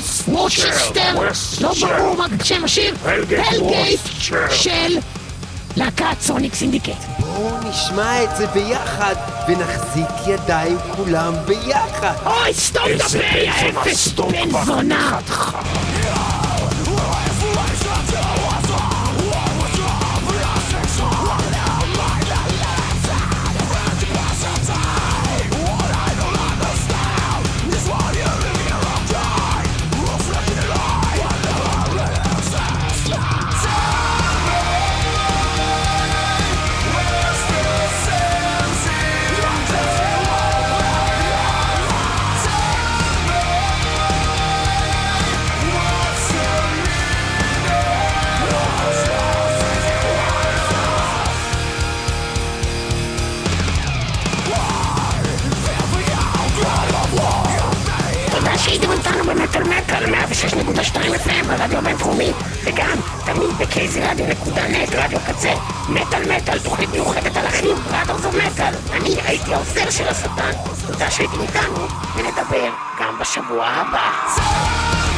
לא ברור מה שם השיר, הל גייט של להקת סוניק סינדיקט. בואו נשמע את זה ביחד ונחזיק ידיים כולם ביחד. אוי, סתום את הפה, יא אפס בן זונה. 102 FM ברדיו בינתחומי, וגם תמיד ב-kzradio.net, רדיו קצה, מטל, תוכנית מיוחדת על אחים, Brothers of Metal. אני הייתי העוזר של השטן, תודה שהייתם איתנו, ונדבר גם בשבוע הבא.